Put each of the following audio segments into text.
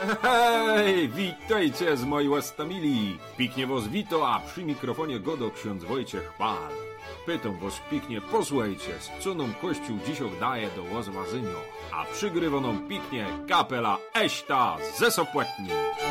Hej, witajcie z mojej łastamili. Piknie was wito, a przy mikrofonie godo ksiądz Wojciech Pal. Pytam was piknie, posłuchajcie, z co nam Kościół dzisiaj daje do łazwazynio, a przygrywa nam piknie kapela Eśta ze Sopłetni.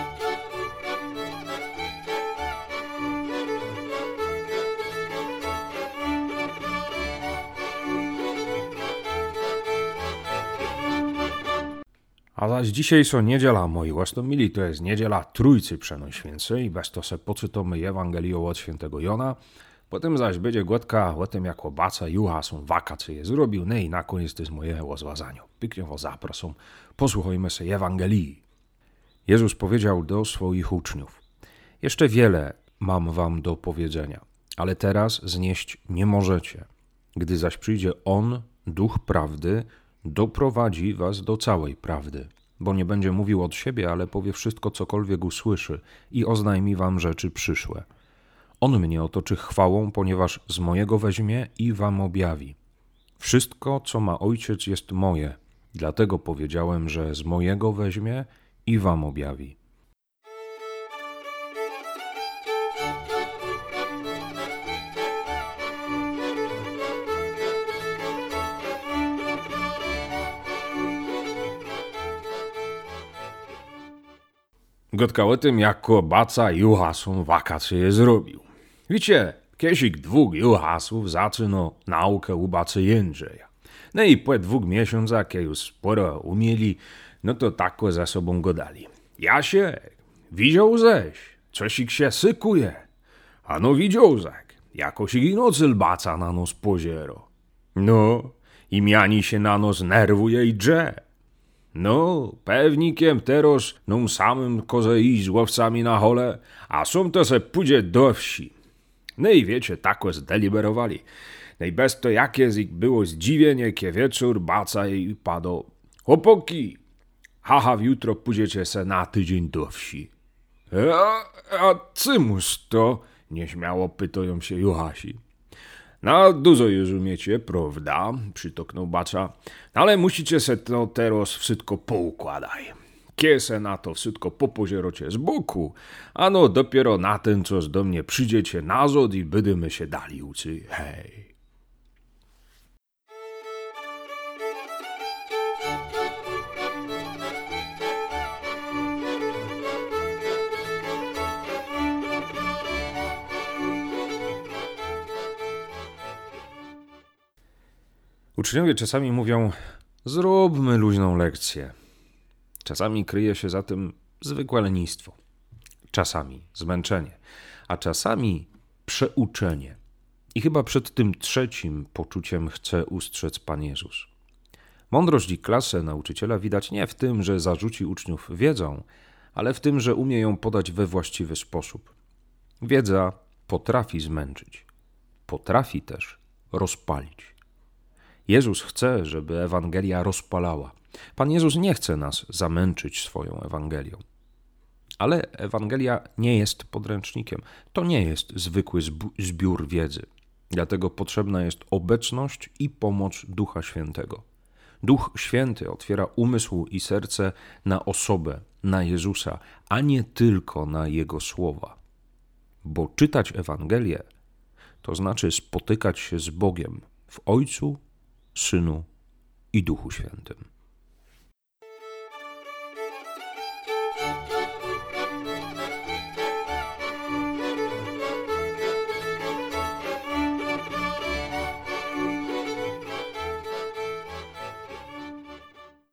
A zaś dzisiaj są niedziela, moi łastomili, to jest niedziela Trójcy Przenajświętszej, bez to se poczytamy Ewangelię od świętego Jona, potem zaś będzie gładka o tym, jak obaca Jucha są wakacje zrobił, no i na koniec to jest moje łazwazanie. Pięknie was zapraszam, posłuchajmy się Ewangelii. Jezus powiedział do swoich uczniów: jeszcze wiele mam wam do powiedzenia, ale teraz znieść nie możecie. Gdy zaś przyjdzie On, Duch Prawdy, doprowadzi was do całej prawdy, bo nie będzie mówił od siebie, ale powie wszystko, cokolwiek usłyszy i oznajmi wam rzeczy przyszłe. On mnie otoczy chwałą, ponieważ z mojego weźmie i wam objawi. Wszystko, co ma Ojciec, jest moje, dlatego powiedziałem, że z mojego weźmie i wam objawi. Gotka o tym, jak obaca Jucha są wakacje zrobił. Wiecie, kiesik 2 Juchasów zaczyno naukę u bacy Jędrzeja. No i po 2 miesiącach, kiedy już sporo umieli, no to tako za sobą godali. Jasiek, widział ześ, cosik się sykuje. Ano widział zek, jakosik i nocy baca na nos poziero. No, i miani się na nos nerwuje i drze. No, pewnikiem teraz no samym koze iść z łowcami na hole, a są to se pójdzie do wsi. No i wiecie, tako zdeliberowali. No i bez to jakie z ich było zdziwienie, kie wieczór baca i padło: chłopaki, haha, jutro pójdziecie se na tydzień do wsi. A cymuż to? Nieśmiało pytają się Juchasi. No, dużo już umiecie, prawda? Przytoknął bacza. Ale musicie se to teraz wszystko poukładaj. Kiese na to wszystko popozierocie z boku, ano dopiero na ten, co do mnie przyjdziecie nazad i będziemy się dali uczy. Hej. Uczniowie czasami mówią: zróbmy luźną lekcję. Czasami kryje się za tym zwykłe lenistwo. Czasami zmęczenie, a czasami przeuczenie. I chyba przed tym trzecim poczuciem chce ustrzec Pan Jezus. Mądrość i klasę nauczyciela widać nie w tym, że zarzuci uczniów wiedzą, ale w tym, że umie ją podać we właściwy sposób. Wiedza potrafi zmęczyć, potrafi też rozpalić. Jezus chce, żeby Ewangelia rozpalała. Pan Jezus nie chce nas zamęczyć swoją Ewangelią. Ale Ewangelia nie jest podręcznikiem. To nie jest zwykły zbiór wiedzy. Dlatego potrzebna jest obecność i pomoc Ducha Świętego. Duch Święty otwiera umysł i serce na osobę, na Jezusa, a nie tylko na Jego słowa. Bo czytać Ewangelię to znaczy spotykać się z Bogiem w Ojcu, Synu i Duchu Świętym.